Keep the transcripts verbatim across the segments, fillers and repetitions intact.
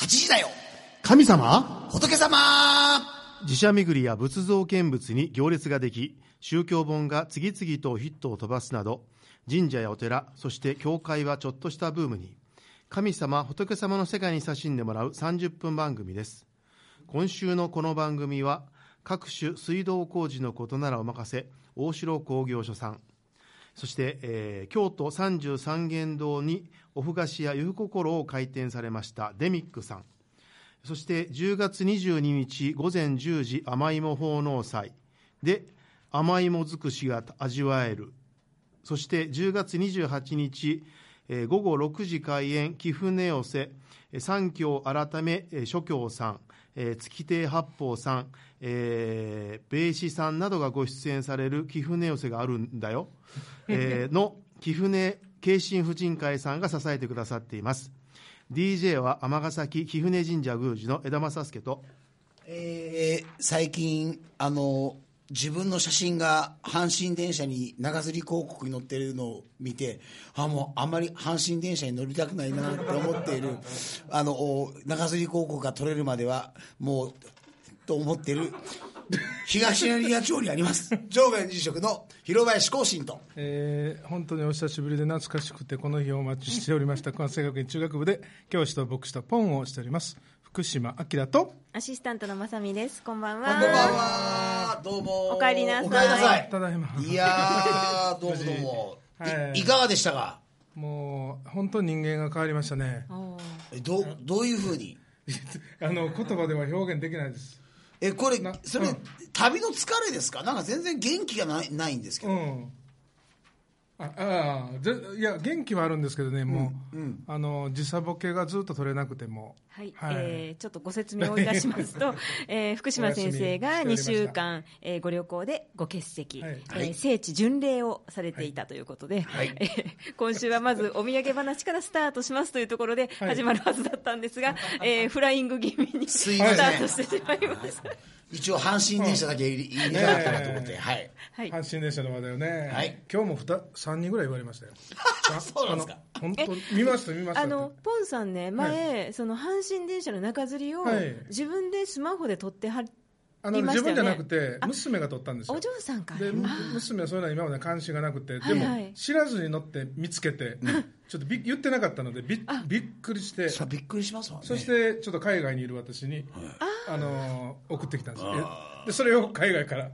はちじだよ。 神様、 仏様。 寺社巡りや仏像見物に行列ができ、宗教本が次々とヒットを飛ばすなど、神社やお寺、そして教会はちょっとしたブームに。神様、仏様の世界に親しんでもらうさんじゅっぷん番組です。今週のこの番組は、各種水道工事のことならお任せ、大城工業所さん。そして、えー、京都三十三間堂におふ菓子やゆふ心を開店されましたデミックさん。そしてじゅうがつにじゅうににち午前じゅうじ甘芋奉納祭で甘芋尽くしが味わえる。そしてじゅうがつにじゅうはちにち、えー、午後ろくじ開演貴船寄せ三教改め諸教さん、えー、月亭八方さん、えー、米子さんなどがご出演される貴船寄せがあるんだよ、えー、の貴船慶心婦人会さんが支えてくださっています。 ディージェー は尼崎貴船神社宮司の枝正助と、 えー、最近あの自分の写真が阪神電車に長吊り広告に載っているのを見て、あもうあんまり阪神電車に乗りたくないなって思っているあの長吊り広告が取れるまではもうと思っている東成谷町にあります上弁寺職の広林光信と、 えー、本当にお久しぶりで懐かしくてこの日をお待ちしておりました関西学院中学部で教師と牧師とポンをしております福島明とアシスタントのまさみです。こんばんは。 こんばんは。どうも。 お帰りなさい。 お帰りなさい。 ただいま。 いやーどうもどうも、はい、い, いかがでしたか。 もう本当に人間が変わりましたね。 ど, どういうふうにあの言葉では表現できないです。 えこれそれ、うん、旅の疲れですか。なんか全然元気がない、ないんですけど、 うんああいや元気はあるんですけどね、もう、うんうん、あの時差ボケがずっと取れなくても、 はいはい、えー、ちょっとご説明をいたしますと、えー、福島先生がにしゅうかん、えー、ご旅行でご欠席、はいえー、聖地巡礼をされていたということで、はいえー、今週はまずお土産話からスタートしますというところで始まるはずだったんですが、はいえー、フライング気味にスタートしてしまいました。 一応阪神電車だけ言いにかかったなと思って、ねはいはい、阪神電車の話題をね、 はい、 今日もさんにんぐらい言われましたよそうなんですか。 本当見ました見ました。 あのポンさんね前、はい、その阪神電車の中吊りを自分でスマホで撮ってはあの、ね、自分じゃなくて娘が撮ったんですよ。 お嬢さんからで娘はそういうのは今まで関心がなくて、でも、はいはい、知らずに乗って見つけて、うん、ちょっとび言ってなかったので び, びっくりして、 そびっくりしますわね。 そしてちょっと海外にいる私に、はい、あの送ってきたんです。でそれを海外から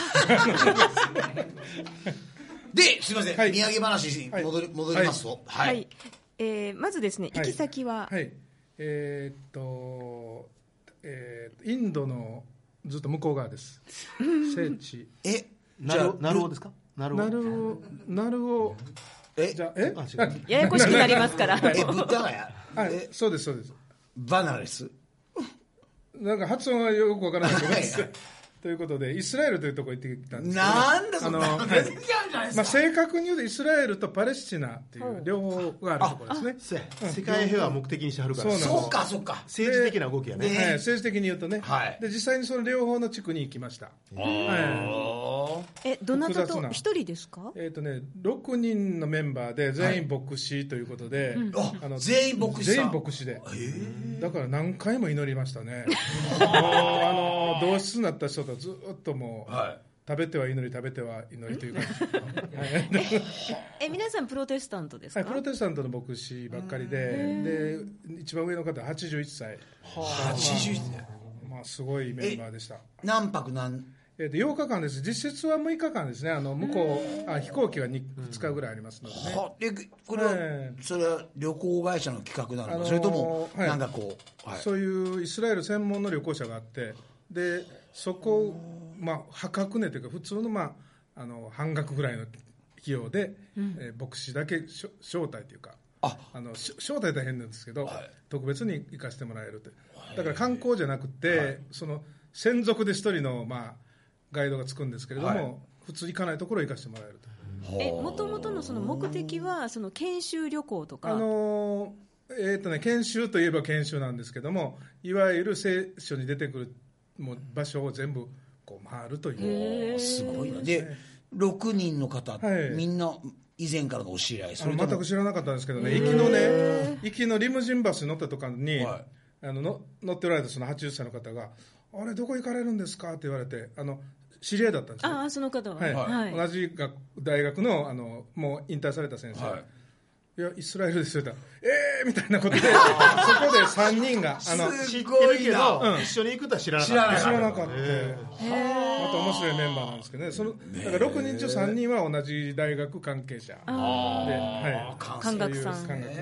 ですいません、はい、土産話戻り、はい、戻りますと、はいはいはいえー、まずですね行き先は、 はいはい、えー、っと、えー、インドのずっと向こう側です。聖地。 え、 なるなるおですか？なるお。 なるお。なるお。 え、 じゃえ？ あややこしくなりますから。 え、ブッダガヤ。 え、そうですそうです。 バナナです。 なんか発音はよくわからないと思います。ということでイスラエルというところに行ってきたんですけど、 なんだそんな、 はいまあ、正確に言うとイスラエルとパレスチナっていう両方があるところですね。 うん、世界平和を目的にしてはるから、 そうかそうか、 政治的な動きやね、 はい、政治的に言うとね、はい、で実際にその両方の地区に行きました。 はい、えどなたと一人ですか？ えーとね、ろくにんのメンバーで全員牧師ということで、はいうん、 あの全員牧師さん、 全員牧師で、だから何回も祈りましたね。あの同室になった人とずっともう、はい、食べては祈り食べては祈りという感じえ皆さんプロテスタントですか？ はい、プロテスタントの牧師ばっかりで、で一番上の方ははちじゅういっさい、 はちじゅういっさい、 まあ、すごいメンバーでした。 何泊何えー、とようかかんです。実質はむいかかんですね。あの向こうあ飛行機がふつかぐらいありますのでね。 はでこれは、えー、それは旅行会社の企画なのか、あのー、それともなんかこう、 はいはい、そういうイスラエル専門の旅行者があって、でそこまあ、破格値というか普通の、まあ、あの半額ぐらいの費用で、うんえー、牧師だけ招待というか、ああの招待大変なんですけど、はい、特別に行かせてもらえると。だから観光じゃなくて、はい、その専属で一人の、まあ、ガイドがつくんですけれども、はい、普通行かないところを行かせてもらえると。 えもともとのその目的はその研修旅行とか、 あのーえーとね、研修といえば研修なんですけども、いわゆる聖書に出てくるもう場所を全部こう回るという。 すごいな。でろくにんの方、はい、みんな以前からのお知り合い？それとも全く知らなかったんですけどね、行きのね行きのリムジンバスに乗ったとかに、はい、 あのの乗っておられたそのはちじゅっさいの方が、あれどこ行かれるんですかって言われて、あの知り合いだったんですよ。 ああ、その方は、 はいはい、 同じ学大学 の, あのもう引退された先生、はい、いやイスラエルですよって言ったら、えーみたいなことでそこでさんにんがあの知ってるけど、うん、一緒に行くとは知らなかった。 知らなかった。また面白いメンバーなんですけどね。そのだからろくにん中さんにんは同じ大学関係者で、はい、 関学さん、 関学、はい、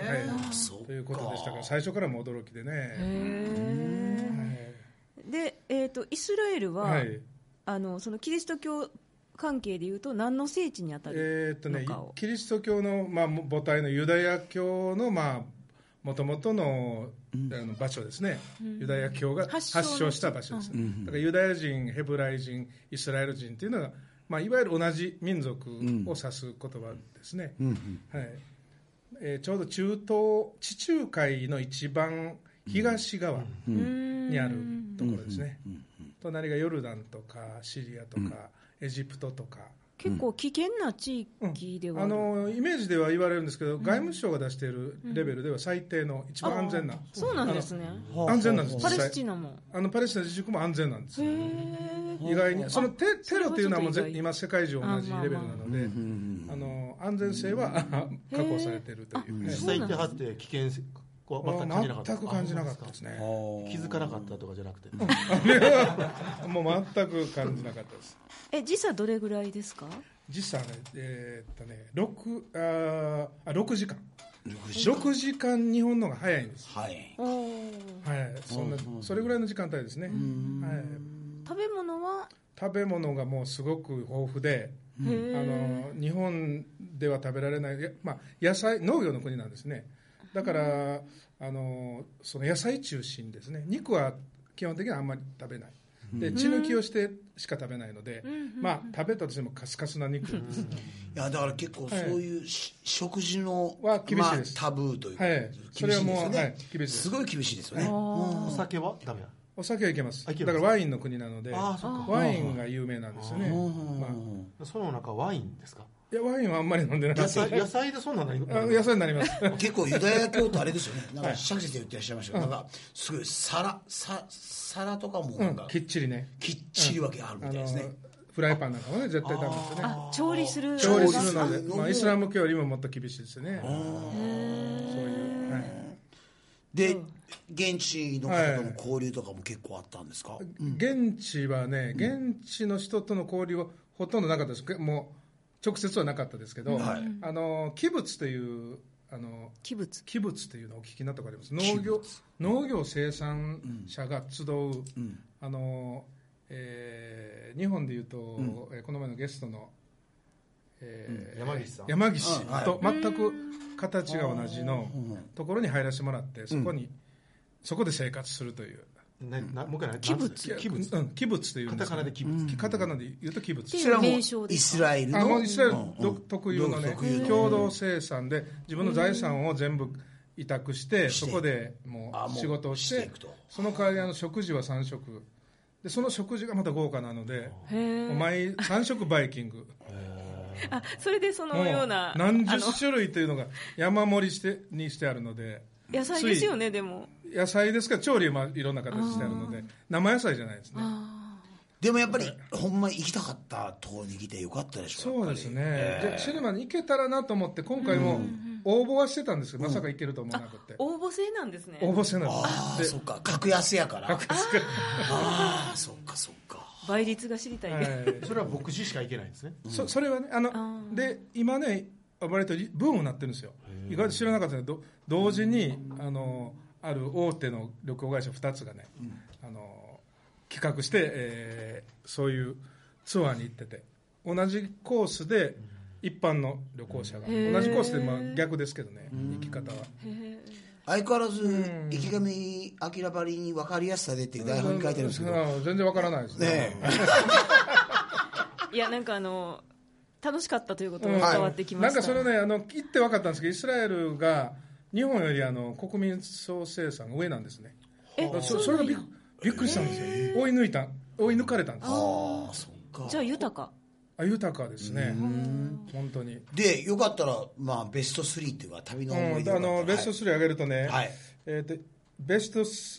ということでしたから、最初からも驚きでね。 へー、で、えーと、イスラエルは、はい、あのそのキリスト教関係でいうと何の聖地にあたるのかを、 えーとね、キリスト教の、まあ、母体のユダヤ教のもともとの場所ですね、うん、ユダヤ教が発祥した場所です、うん、だからユダヤ人、ヘブライ人、イスラエル人というのが、まあ、いわゆる同じ民族を指す言葉ですね、うん、はい、えー、ちょうど中東地中海の一番東側にあるところですね、うんうんうん、隣がヨルダンとかシリアとか、うんエジプトとか結構危険な地域では、 うん、あのイメージでは言われるんですけど、うん、外務省が出しているレベルでは最低の一番安全な、うん、 そうなんですね。 安全なんです。 パレスチナもあのパレスチナ自治区も安全なんです。意外にその テ, テロというのはもう今世界中同じレベルなので、あの安全性は確保されているという、ね、 実際行ってはって危険性全く感じなかった。 全く感じなかったですね。 気づかなかったとかじゃなくて、 もう全く感じなかったです。 え、時差どれぐらいですか？ 時差ね、えー、っとね、6, あ6時間。ろくじかん日本の方が早いんです。はい。はい。そんなそれぐらいの時間帯ですね。はい。 食べ物は？ 食べ物がもうすごく豊富で、あの日本では食べられない、まあ野菜農業の国なんですね。だからあのその野菜中心ですね。肉は基本的にはあんまり食べない。で血抜きをしてしか食べないので、まあ食べたとしてもカスカスな肉です。いやだから結構そういう、はい、食事のは厳しいです。 まあ、タブーというか、 はい、それはもう、はい、厳しいです。 すごい厳しいですよね。 お酒はダメな？ お酒はいけます。だからワインの国なので、ワインが有名なんですよね。まあ、その中ワインですか？ いやワインはあんまり飲んでないです。 野菜、野菜でそんなの野菜になります。 結構ユダヤ教ってあれですよね。なんか釈先生言ってらっしゃいましたけど、なんかすごい皿皿皿とかもなんか、 うん、きっちりね。 きっちりわけあるみたいですね。 フライパンなんかもね絶対ダメですよね。 あ、調理する調理するので、まあイスラム教よりももっと厳しいですよね。そういう。はい。 で現地の方との交流とかも結構あったんですか？はい、 現地はね、現地の人との交流はほとんどなかったです。もう直接はなかったですけど、はい、あのキブツというあのキブツキブツというのをお聞きになったことあります。農業農業生産者が集う、うん、あの、えー、日本でいうと、うん、この前のゲストの、 えーうん、山岸さん山岸と全く形が同じのところに入らせてもらって、そこに、うん、そこで生活するという。 ね、なもう一回キブツキブツ、うん、キブツというんです。 カタカナでキブツ。 カタカナで言うとキブツ。 それはもうイスラエルの、 イスラエル特有のね、共同生産で自分の財産を全部委託して、そこでもう仕事をして、その代わりあの食事はさん食で、その食事がまた豪華なので、毎さん食バイキング。 あ、それでそのような何十種類というのが山盛りしてにしてあるので。 野菜ですよね。でも野菜ですから調理はいろんな形してあるので生野菜じゃないですね。 でもやっぱり、はい、ほんまに行きたかったところに来てよかったでしょう。そうですね、えー、シネマに行けたらなと思って今回も応募はしてたんですけど、うん、まさか行けると思わなくて、 うん、応募制なんですね。 応募制なんです。 ああ、そっか、格安やから。 格安からああ、そっかそっか。 倍率が知りたい、はい、 それは牧師しか行けないんですね。 うん、そ, それはね、あのあで今ね割とブームになってるんですよ。意外と知らなかったけど、同時にあのある大手の旅行会社ふたつがね、うん、あの企画して、えー、そういうツアーに行ってて、同じコースで一般の旅行者が同じコースで、まあ、逆ですけどね、行き方は相変わらず池上彰ばりに分かりやすさでっていう台本に書いてるんですけど、 全然分からないですね。ねいや、なんかあの楽しかったということが伝わってきました。 うん、なんかそれね、あの行って分かったんですけど、イスラエルが日本よりあの国民総生産が上なんですね。 え、 そ, それが び, びっくりしたんですよ。追い抜いた追い抜かれたんです。 ああ、そっか。じゃあ豊か。 あ、豊かですね。本当に。 でよかったら、まあ、ベストスリーっていうか旅の思い出、 うん、あのベストスリー上げるとね、 はい、 えー、とベスト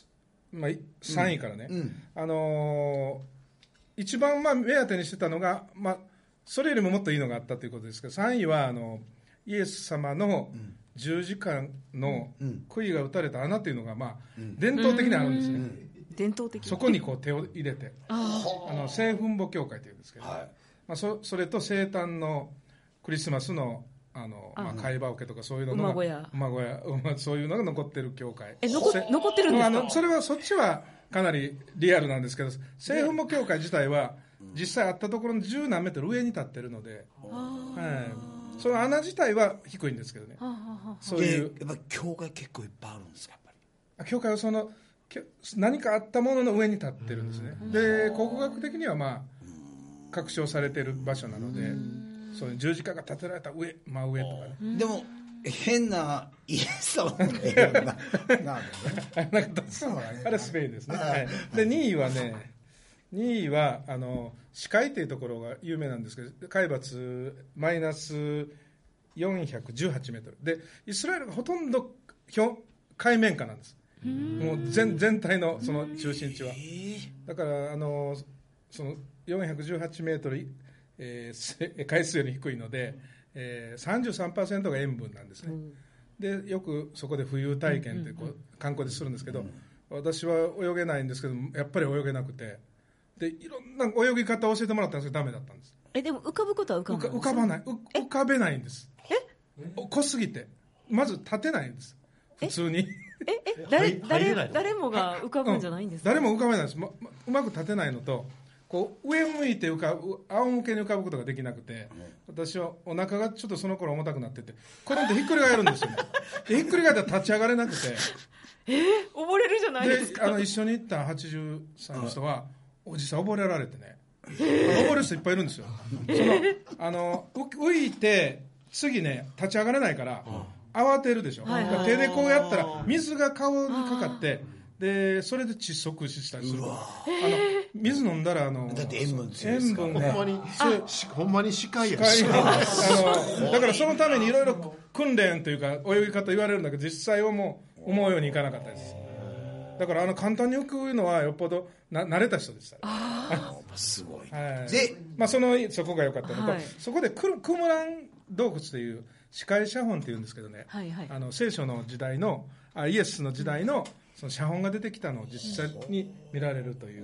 まあ、さんいからね、 うんうん、 あのー、一番まあ目当てにしてたのが、まあ、それよりももっといいのがあったということですけど、さんいはあのイエス様の十字架の杭が打たれた穴というのが、まあ、伝統的にあるんですね、うんうん、 伝統的そこにこう手を入れて、ああの聖墳墓教会というんですけど、はい、まあ、そ, それと生誕のクリスマスのあのあ、まあ、貝羽桶とかそういうのが馬小屋、馬小屋そういうのが残ってる教会、 え残残ってるんですか。あのそれはそっちはかなりリアルなんですけど、聖墳墓教会自体は実際あったところの十何メートル上に立ってるので、はい、その穴自体は低いんですけどね。 そういうやっぱり教会結構いっぱいあるんですか。やっぱり教会はその何かあったものの上に立ってるんですね。で考古学的にはまあ確証されている場所なので、そういう十字架が建てられた上、真上とかね。 でも変なイエス様がいるななんあれスペインですね、はい、でにいはね、にいはあの死海というところが有名なんですけど、海抜マイナスよんひゃくじゅうはちメートルで、イスラエルがほとんど海面下なんです。もう 全, 全体のその中心地はだからあのそのよんひゃくじゅうはちメートル、えー、海水より低いので、えー、さんじゅうさんパーセント が塩分なんですね、うん、でよくそこで浮遊体験ってこう観光でするんですけど、私は泳げないんですけどやっぱり泳げなくて、でいろんな泳ぎ方を教えてもらったんですけどダメだったんです。 えでも浮かぶことは浮かぶんですか。 浮かばない、浮かべないんです。え濃すぎてまず立てないんです普通に。 ええ 誰, 誰, 誰もが浮かぶんじゃないんですか。 誰も浮かべないです、まま、うまく立てないのと、こう上向いて浮かぶ、仰向けに浮かぶことができなくて、私はお腹がちょっとその頃重たくなってて、これってひっくり返るんですよね。でひっくり返ったら立ち上がれなくて、 えー、溺れるじゃないですか。 であの一緒に行ったはちじゅうさんの人はおじさん溺れられてね、溺れる人いっぱいいるんですよ。そのあの浮いて次ね立ち上がれないから慌てるでしょ、はいはい、手でこうやったら水が顔にかかってでそれで窒息したりする。あの水飲んだらあのだって塩分強いですから、ね、 ほんまにほんまに視界や視界あのだからそのためにいろいろ訓練というか泳ぎ方言われるんだけど、実際はもう思うようにいかなかったです。だからあの簡単に浮くのはよっぽどな慣れた人でした。 あすごい、 はい、で、まあ、そのそこが良かったのと、はい、そこでクムラン洞窟という死海写本っていうんですけどね、はいはい、あの聖書の時代のあイエスの時代のその写本が出てきたのを実際に見られるという、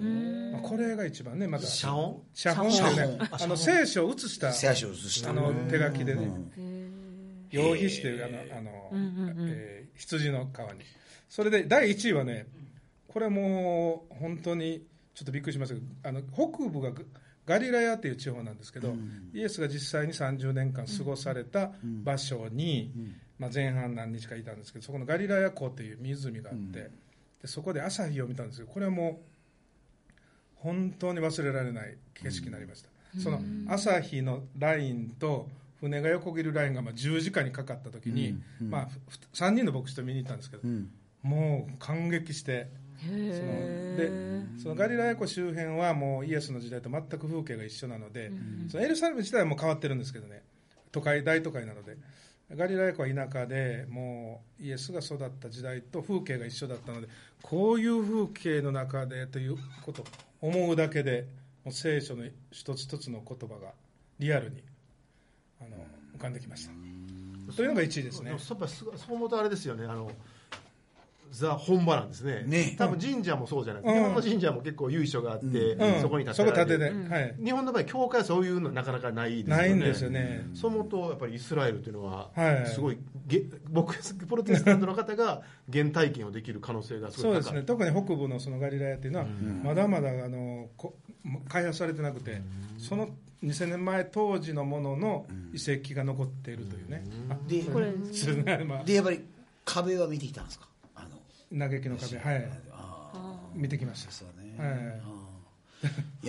まあ、これが一番ね、また写本写本ってね、あの聖書を写した聖書を写したあの手書きでね、羊皮紙というあのあの、えー、羊の皮に、それでだいいちいはね、これもう本当にちょっとびっくりしましたけど、あの北部がガリラヤという地方なんですけど、うん、イエスが実際にさんじゅうねんかん過ごされた場所に、うんまあ、前半何日かいたんですけど、そこのガリラヤ湖という湖があって、うん、でそこで朝日を見たんですけど、これはもう本当に忘れられない景色になりました、うん、その朝日のラインと船が横切るラインがまあじゅうじかんにかかった時に、うんまあ、さんにんの牧師と見に行ったんですけど、うん、もう感激して、そのでそのガリラヤ湖周辺はもうイエスの時代と全く風景が一緒なので、うん、そのエルサレム自体はもう変わってるんですけどね、都会大都会なので、ガリラヤ湖は田舎でもうイエスが育った時代と風景が一緒だったので、こういう風景の中でということを思うだけでもう聖書の一つ一つの言葉がリアルにあの浮かんできましたというのがいちいですね。 そう思うとあれですよね、あのザ本場なんです ね, ね多分神社もそうじゃないですか、うん、日本の神社も結構由緒があって、うん、そこに建てられて、うんはい、日本の場合教会はそういうのなかなかないですよね。 ないんですよね。 そう思うとやっぱりイスラエルというのはすごい、はい、僕プロテスタントの方が原体験をできる可能性がすごい高い。 そうですね、特に北部のそのガリラヤというのは、うん、まだまだあのこ開発されてなくて、うん、そのにせんねんまえ当時のものの遺跡が残っているというね、 うん、で, これでやっぱり壁は見てきたんですか。 嘆きの壁、はい、あ見てきました。そうね、はい、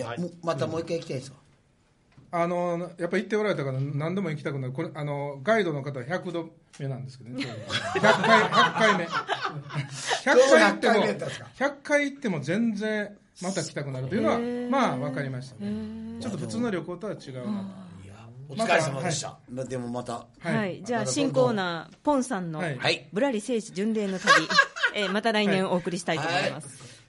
いやまたもう一回行きたいですか。 あのやっぱり行っておられたから何度も行きたくなる。これあのガイドの方はひゃくどめなんですけどね。ひゃっかい、ひゃっかいめひゃっかい行ってもひゃっかい行っても全然また来たくなるというのはまあ分かりましたね。ちょっと普通の旅行とは違うなと。 お疲れ様でした、また、でもまた、 はいはい、じゃあ新コーナーポンさんの、はい、ぶらり聖地巡礼の旅、えー、また来年お送りしたいと思います、はい。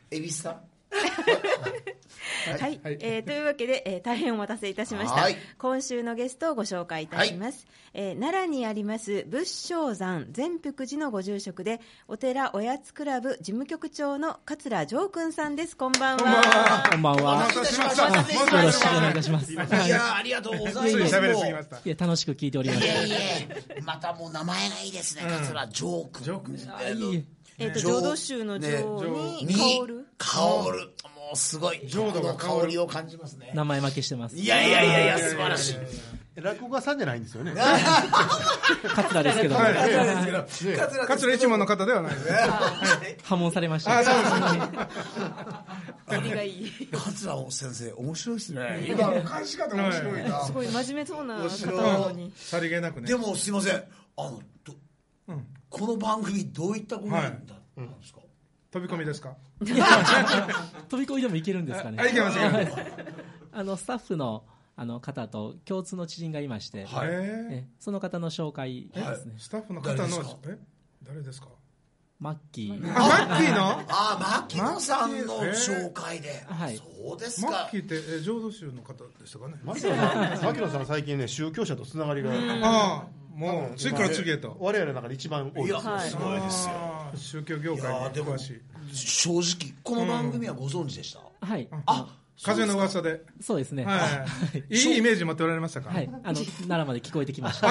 恵比寿さんはい、はい、えー、というわけで、えー、大変お待たせいたしました。今週のゲストをご紹介いたします、はい、えー、奈良にあります仏生山善福寺のご住職でお寺おやつクラブ事務局長の桂城君さんです。こんばんは。 こんばんは。 お待たせしました。よろしくお願いいたします。 いやありがとうございます。 喋りすぎました。 いや楽しく聞いております。 いえいえ、またもう名前がいいですね。桂城君。 城君。 えっと浄土宗の浄に香る。 香る。もうすごい浄土の香りを感じますね。 名前負けしてます。 いやいやいやいや素晴らしい。 落語家さんじゃないんですよね。 桂ですけど。 桂一門の方ではないですね。 破門されました。 あ、そうですね。りがいい。 桂先生面白いですね。今の返し方面白いな。 すごい真面目そうな方なのに。 さりげなくね。 でもすいません。あのこの番組どういったご縁だったんですか。 飛び込みですか。 飛び込みでもいけるんですかね。 あ、いけます。 あのスタッフのあの方と共通の知人がいまして、 はい、 えその方の紹介ですね。 スタッフの方のえ誰ですか。 マッキー。 あ、マッキーの。 あ、マッキーさんの紹介で。 はい。 そうですか。 マッキーって浄土宗の方でしたかね。 マッキーさん最近ね宗教者とつながりが。 ああ。もう次から次へと我々の中で一番多いです。 すごいですよ。 宗教業界に詳しい。 正直この番組はご存知でした。 はい。 あ、 風の噂で。 そうですね。 いいイメージ持っておられましたか。 はい。あの奈良まで聞こえてきました。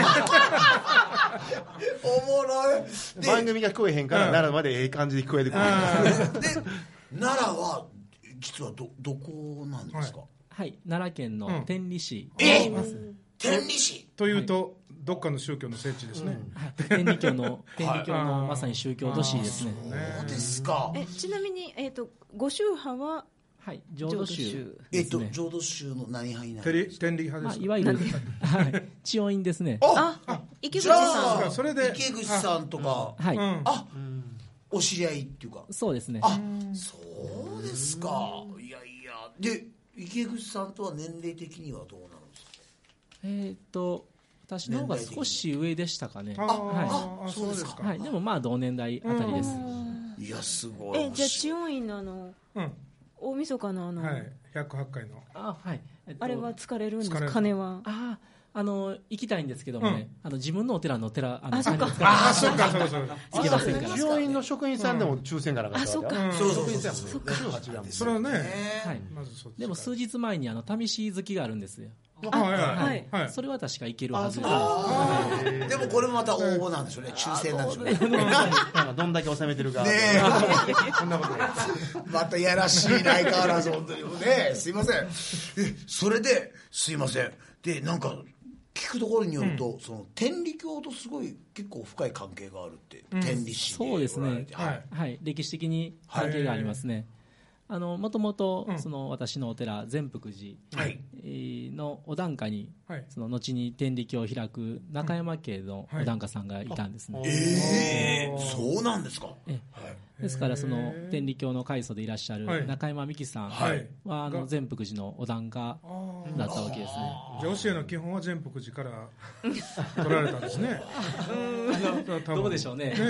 おもろい。 番組が聞こえへんから奈良までええ感じで聞こえてくる。 で奈良は実はどどこなんですか。 はい。奈良県の天理市にいます。天理市というとどっかの宗教の聖地ですね。 天理教の天理教のまさに宗教都市ですね。 そうですか。 えちなみにえっとご宗派ははい浄土宗えっと浄土宗の何派になるんですか。 天理派です。いわゆるはい知恩院ですね。 あ、池口さん。 それで池口さんとかはい。 あお知り合いっていうか。 そうですね。 あそうですか。いやいやで池口さんとは年齢的にはどうなるんですか。 えっと私の方が少し上でしたかね。 あ、はい。そうですか。 はい。でもまあ同年代あたりです。 いやすごい。 えじゃあ知恩院のあの大晦日のあのひゃくはちかいのあはいあれは疲れるんですか。金はああの行きたいんですけどもね、あの自分のお寺の寺あのあそっかあそっかそうそう行けませんから。 病院の職員さんでも抽選からあそっかそうそうそうそれはね。 はいでも数日前にあの試し月があるんですよ。 はいはいそれは確か行けるはずで。 でもこれもまた応募なんでしょうね。抽選なんでしょうね。 どんだけ収めてるか。 ねえ。そんなことない。またやらしいな相変わらず本当にね。すいません。えそれですいません。でなんか聞くところによると、その天理教とすごい結構深い関係があるって天理市。 そうですね。はい歴史的に関係がありますね。あのもともとその私のお寺善福寺のお檀家に、はい、その後に天理教を開く中山家のお檀家さんがいたんですね。 はい、えー、そうなんですか。 えですからその天理教の開祖でいらっしゃる中山美紀さんは、はい、あの善福寺のお檀家だったわけですね。 教えの基本は善福寺から取られたんですね。 どうでしょうね。ね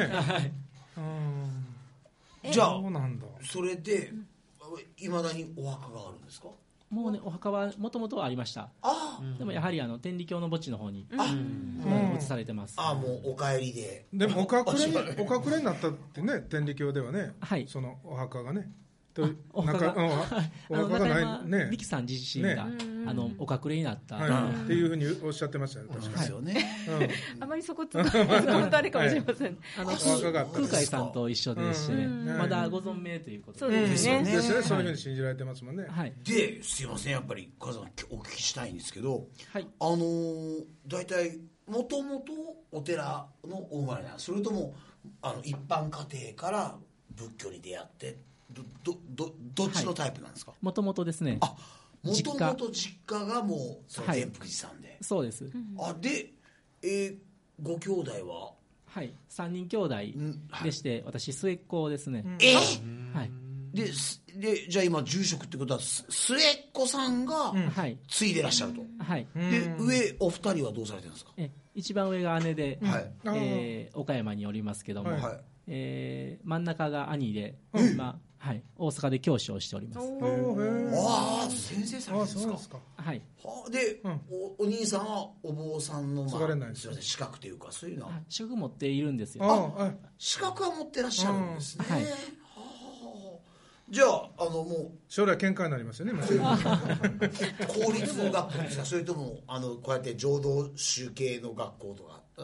じゃあそれでいまだにお墓があるんですか。 もうねお墓はもともとはありました。あでもやはりあの天理教の墓地の方に移されてます。 あもうお帰りで。 でもお隠れにお隠れになったってね天理教ではね。はい。そのお墓がね。 お墓がお墓がないね。美紀さん自身があのお隠れになったっていうふうにおっしゃってましたよね。確かに。 そうね。 あまりそこちょっと本当あれかもしれません。 あの空海さんと一緒でしてまだご存命ということで。そうですね。 ですね。そういうふうに信じられてますもんね。 はい。 ですいませんやっぱり母さんお聞きしたいんですけど、あのだいたいもともとお寺のお生まれなんそれともあの一般家庭から仏教に出会って。ど, ど, ど, どっちのタイプなんですか。 もともとですね。 あもともと実家がもうその善福寺さんで、はい、 そうです。 あで、えー、ご兄弟ははいさんにん兄弟でして、はい、私末っ子ですね。 えー、はいででじゃあ今住職ってことは末っ子さんが継いでらっしゃると、 はい、 で上お二人はどうされてるんですか。 え一番上が姉で、はいえー、岡山におりますけども、はいえー、真ん中が兄で、今はい、大阪で教師をしております。 ああ、先生さんですか。 そうですか。 はい。 で、うん、お, お兄さんはお坊さんの、まあ、 すみません、 資格というかそういうのは資格持っているんですよ。 あ、資格は持ってらっしゃるんですね。はい。じゃあ、あのもう将来喧嘩になりますよね。 公立の学校ですか、それともあのこうやって浄土宗系の学校とか。 はい、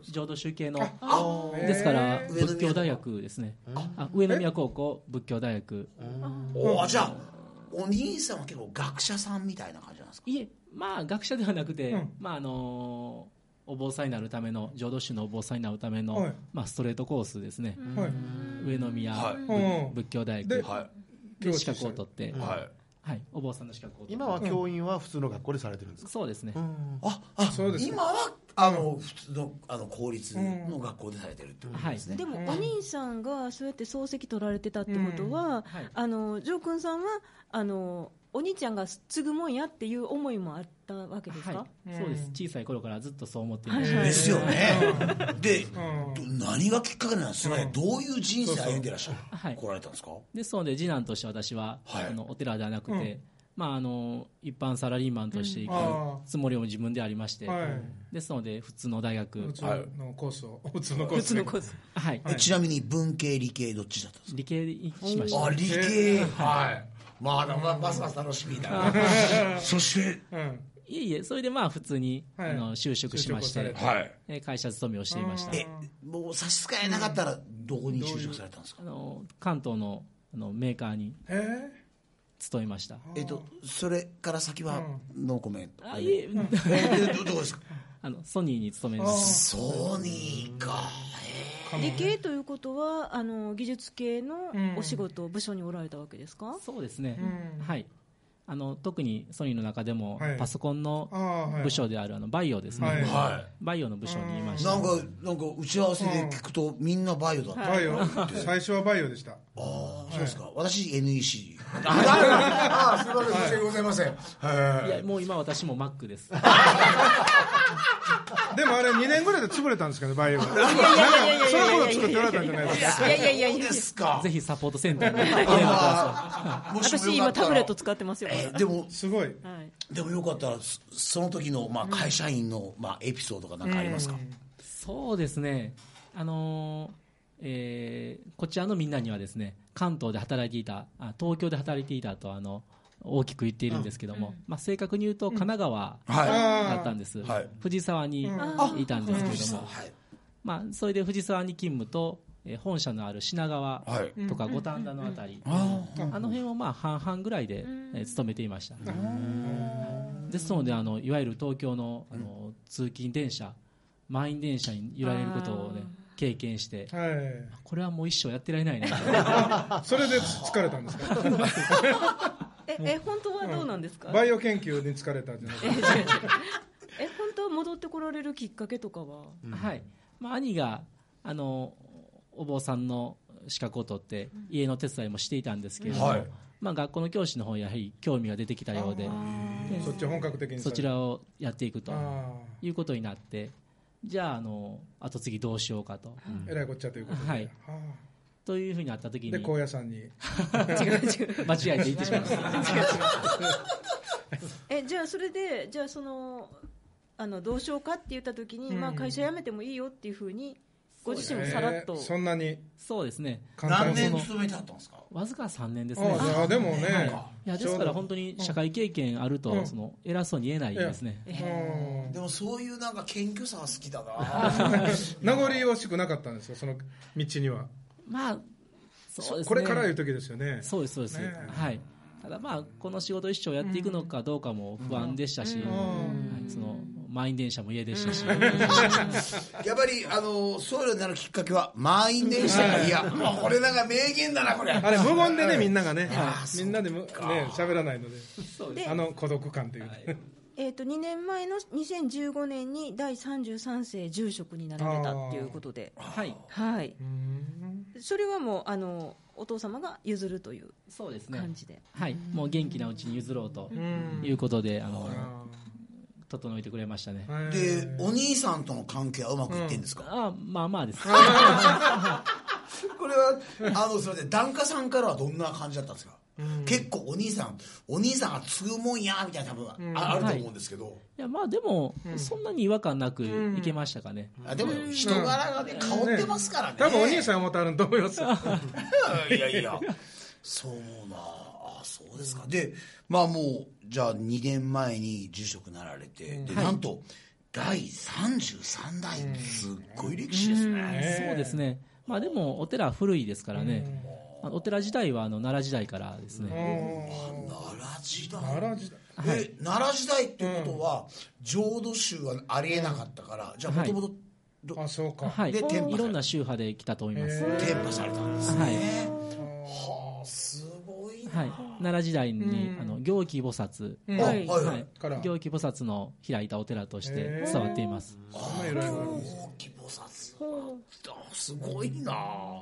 浄土宗系のですから仏教大学ですね。あ、上宮高校仏教大学。 おあ、じゃあお兄さんは結構学者さんみたいな感じなんですか。 いえ、まあ学者ではなくて、うん、まああのお坊さんになるための浄土宗のお坊さんになるための、はい、まあストレートコースですね。はい、上宮、はい、仏教大学で、はい、で資格を取って。はいはい、お坊さんの資格を取って。 今は教員は普通の学校でされてるんですか。 そうですね。 ああ、そうです。今はあの普通のあの公立の学校でされてるってことですね。 でもお兄さんがそうやって漱石取られてたってことは、あのジョー君さんはあのお兄ちゃんが継ぐもんやっていう思いもあったわけですか。 はい、そうです。小さい頃からずっとそう思っていました。 ですよね。で、何がきっかけなんですかね。どういう人生歩んでらっしゃる、はい、来られたんですか。 ですので次男として私は、はい、あのお寺ではなくて、まあ、あの一般サラリーマンとしていくつもりも自分でありまして、はい、ですので普通の大学、 普通のコースを、普通のコース、 のコース、 はい、 ちなみに文系理系どっちだったんですか。 理系にしました。 あ、理系、はい、まあ、まあ、ますます楽しみだな。そして、うん、 いえいえ、それでまあ普通に、はい、あの就職しまして、はい、会社勤めをしていました。 え、もう差し支えなかったらどこに就職されたんですか。 あの関東の、あのメーカーに勤めました。 えっと、それから先はノーコメント。 あ、いえ、 どこですか。 あのソニーに勤めました。ソニーか。 理系ということはあの技術系のお仕事、部署におられたわけですか。 そうですね、はい。あの特にソニーの中でも、はい、パソコンの部署であるあのバイオですね、はいはい、バイオの部署にいました。 なんかなんか打ち合わせで聞くとみんなバイオだった。 バイオ最初はバイオでした。ああ、そうですか、はい、私 エヌイーシー ああ、すみません、申し訳ございません。 いや、もう今私も Mac です。 でもあれにねんぐらいで潰れたんですかね、バイオが。 いやいやいやいやいや、 その頃作っておられたんじゃないですか。 いやいやいやいや、 ですか。 ぜひサポートセンターに入れてください。私今タブレット使ってますよ。 でもすごい。 でもよかったらその時のまあ会社員のまあエピソードが何かありますか。 そうですね。あのえー、こちらのみんなにはですね、関東で働いていた、あ、東京で働いていたとあの大きく言っているんですけども、うん、まあ、正確に言うと神奈川だったんです、はい、藤沢にいたんですけれども、はい、まあ、それで藤沢に勤務と、えー、本社のある品川とか五反田のあたり、はい、あの辺をまあ半々ぐらいで、えー、勤めていました。ですのであのいわゆる東京 の, あの通勤電車、満員電車に揺られることをね経験して、はい、これはもう一生やってられないな。 それで疲れたんですか。 ええ、本当はどうなんですか。 バイオ研究に疲れたんじゃないですか。 え、本当は戻ってこられるきっかけとかは。 うん、はい、まあ、兄があのお坊さんの資格を取って家の手伝いもしていたんですけれども、はい、まあ、学校の教師の方やはり興味が出てきたようで、 そっち本格的にそちらをやっていくということになって、じゃあ、あの後継ぎどうしようかと、 えらいこっちゃということで、 はい、というふうになった時に、 で高野山に違う違う間違えて言ってしまいましたえ、じゃあそれで、じゃあそのあのどうしようかって言った時に、うん、まあ、会社辞めてもいいよっていうふうにご自身もさらっと、 えー、そんなに。 そうですね。 何年勤めてあったんですか。 わずかさんねんですね。 ああ、でもね、はい、 いや、ですから本当に社会経験あると、うん、その偉そうに言えないですね、 うん、でもそういうなんか謙虚さが好きだな。 名残惜しくなかったんですよ、その道には。 まあそうですね、 これからいう時ですよね。 そうですそうです、ね、はい。ただまあこの仕事一生やっていくのかどうかも不安でしたし、うんうん、その満員電車も嫌でしたし、うん、 やっぱりあのそういうのになるきっかけは満員電車が嫌。もうこれなんか名言だなこれ。 あれ無言でね、みんながね、みんなでね喋らないので、あの孤独感という、はい、 えー、とにねんまえのにせんじゅうごねんにだいさんじゅうさん世住職になられたっていうことで、 はいはい、それはもうあのお父様が譲るという感じで、で、ね、 はい、もう元気なうちに譲ろうということで、あの整えてくれましたね。 で、お兄さんとの関係はうまくいってんですか。 うん、あ、まあまあです。 これはあのそれで檀家さんからはどんな感じだったんですか？うん、結構お兄さんお兄さんが継ぐもんやみたいな多分、うん、あ, あると思うんですけど、はい、 いやまあでも、うん、そんなに違和感なくいけましたかね、 うん、あでも人柄がね、うん、変わってますからね、 多分お兄さん思ってあると思いますいやいやそうなあ、そうですか。でまあもうじゃあにねんまえに住職なられて、うん、でなんと、はい、だいさんじゅうさんだい、すっごい歴史ですね、うんそうですね。まあでもお寺古いですからね、うん、お寺自体はあの奈良時代からですね。 あ奈良時代奈良時代、 はい、え奈良時代っていうことは、うん、浄土宗はありえなかったから、うん、じゃあもともとあそうか、 はい、でいろんな宗派で来たと思います。 伝播されたんですね、はい、はあすごいな、 はい、奈良時代に、うん、あの行基菩薩、うんはいはいはい、行基菩薩の開いたお寺として伝わっています。 あ行基菩薩すごいな、はい、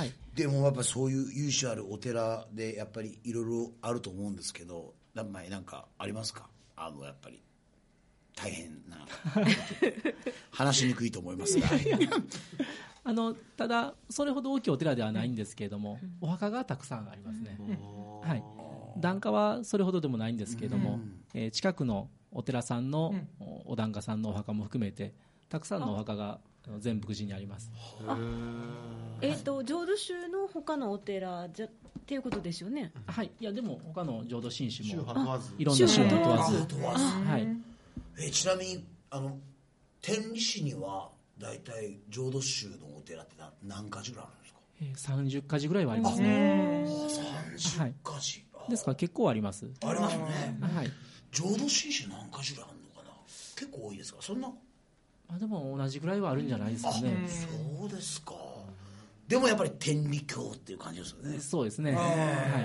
でもやっぱりそういう由緒あるお寺でやっぱりいろいろあると思うんですけど、何枚なんかありますか？あのやっぱり大変な話しにくいと思いますがあのただそれほど大きいお寺ではないんですけれども、お墓がたくさんありますね、はい、檀家はそれほどでもないんですけれども、えー、近くのお寺さんのお檀家さんのお墓も含めてたくさんのお墓が善福寺にあります。あえー、と浄土宗の他のお寺じゃっていうことですよね。 はい、いやでも他の浄土真宗もいろんな宗派問わず、 はい、えちなみにあの天理市にはだいたい浄土宗のお寺って何か所ぐらいあるんですか？ えー、さんじゅっかじぐらいはありますね。 さんじゅっかじ、 はい、ですから結構あります。 ありますよね、 はい、 浄土真宗何か所ぐらいあるのかな？結構多いですか？そんなあでも同じぐらいはあるんじゃないですかね。 そうですか。でもやっぱり天理教っていう感じですよね。 そうですね、 はい、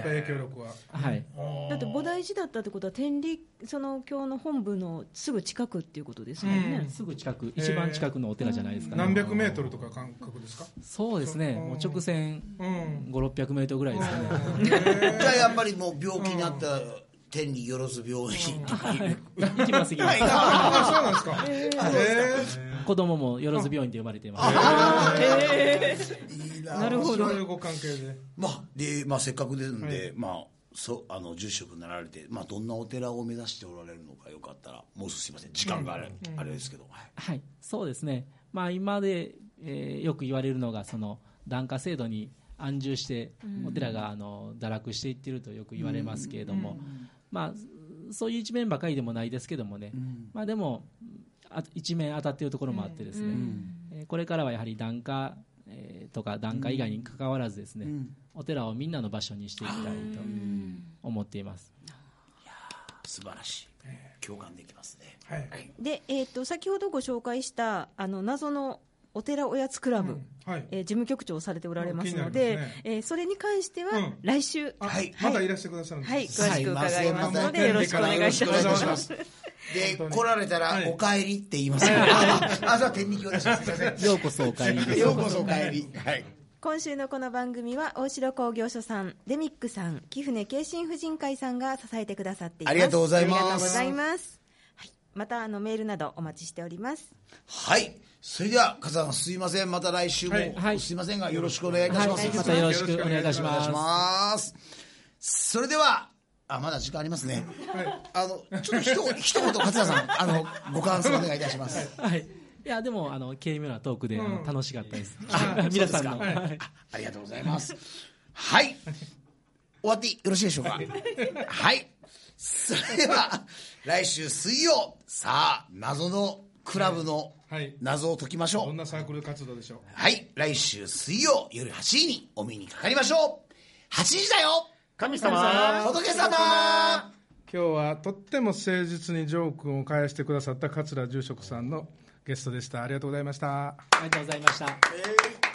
影響力は、 はい、 だって菩提寺だったってことは天理その教の本部のすぐ近くっていうことですよね、 うん、すぐ近く、一番近くのお寺じゃないですかね。 何百メートルとか感覚ですか？ そうですね、もう直線ごひゃく、ろっぴゃくメートルぐらいですかね。じゃあやっぱりもう病気になった天理よろず病院とか行きます行きます。 あそうなんですか。えー子供もよろず病院で生まれています。 えー、いいな。なるほど。 そういうご関係で。 まあでまあせっかくですんで、はい、まあそあの住職になられて、まあどんなお寺を目指しておられるのかよかったらもうすいません時間があれ、うん、あれですけど、 はい、はい、そうですね。まあ今で、えー、よく言われるのがその檀家制度に安住してお寺があの堕落していっているとよく言われますけれども、うん、まあそういう一面ばかりでもないですけどもね、うん、まあでも一面当たっているところもあってですね、うんえー、これからはやはり檀家、えー、とか檀家以外に関わらずですね、うん、お寺をみんなの場所にしていきたいと思っています。 いや素晴らしい、共感できますね、 はい、で、えー、と先ほどご紹介したあの謎のお寺おやつクラブ、うんはいえー、事務局長をされておられますので、ねえー、それに関しては来週、うんはい、またいらしてくださるんです、 はい、詳しく伺いますのでよろしくお願いいたします。 で来られたらお帰りって言いますよ、はい、あじゃあ天理教です。すいません。 ようこそお帰りです。 ようこそお帰り、はい、 今週のこの番組は大城工業所さん、デミックさん、貴船慶心婦人会さんが支えてくださっています。 ありがとうございます。 ありがとうございます、はい、またあのメールなどお待ちしております。 はい、それでは笠さんすいません、また来週も、はい、すいませんがよろしくお願いいたします、 はい、またよろしくお願いいたします。 それではあまだ時間ありますね、はい、あのちょっと一言勝田さんあのご感想お願いいたします。 はい、いやでもあの軽妙なトークで、うん、楽しかったです。皆さんの、はい、 あ, ありがとうございます。はい終わってよろしいでしょうか。はいそれでは来週水曜さあ謎のクラブの謎を解きましょう、 はいはい、どんなサークル活動でしょう。 はい来週水曜夜はちじにお目にかかりましょう。はちじだよ神様仏様。 今日はとっても誠実にジョークを返してくださった桂住職さんのゲストでした。ありがとうございました。 ありがとうございました、えー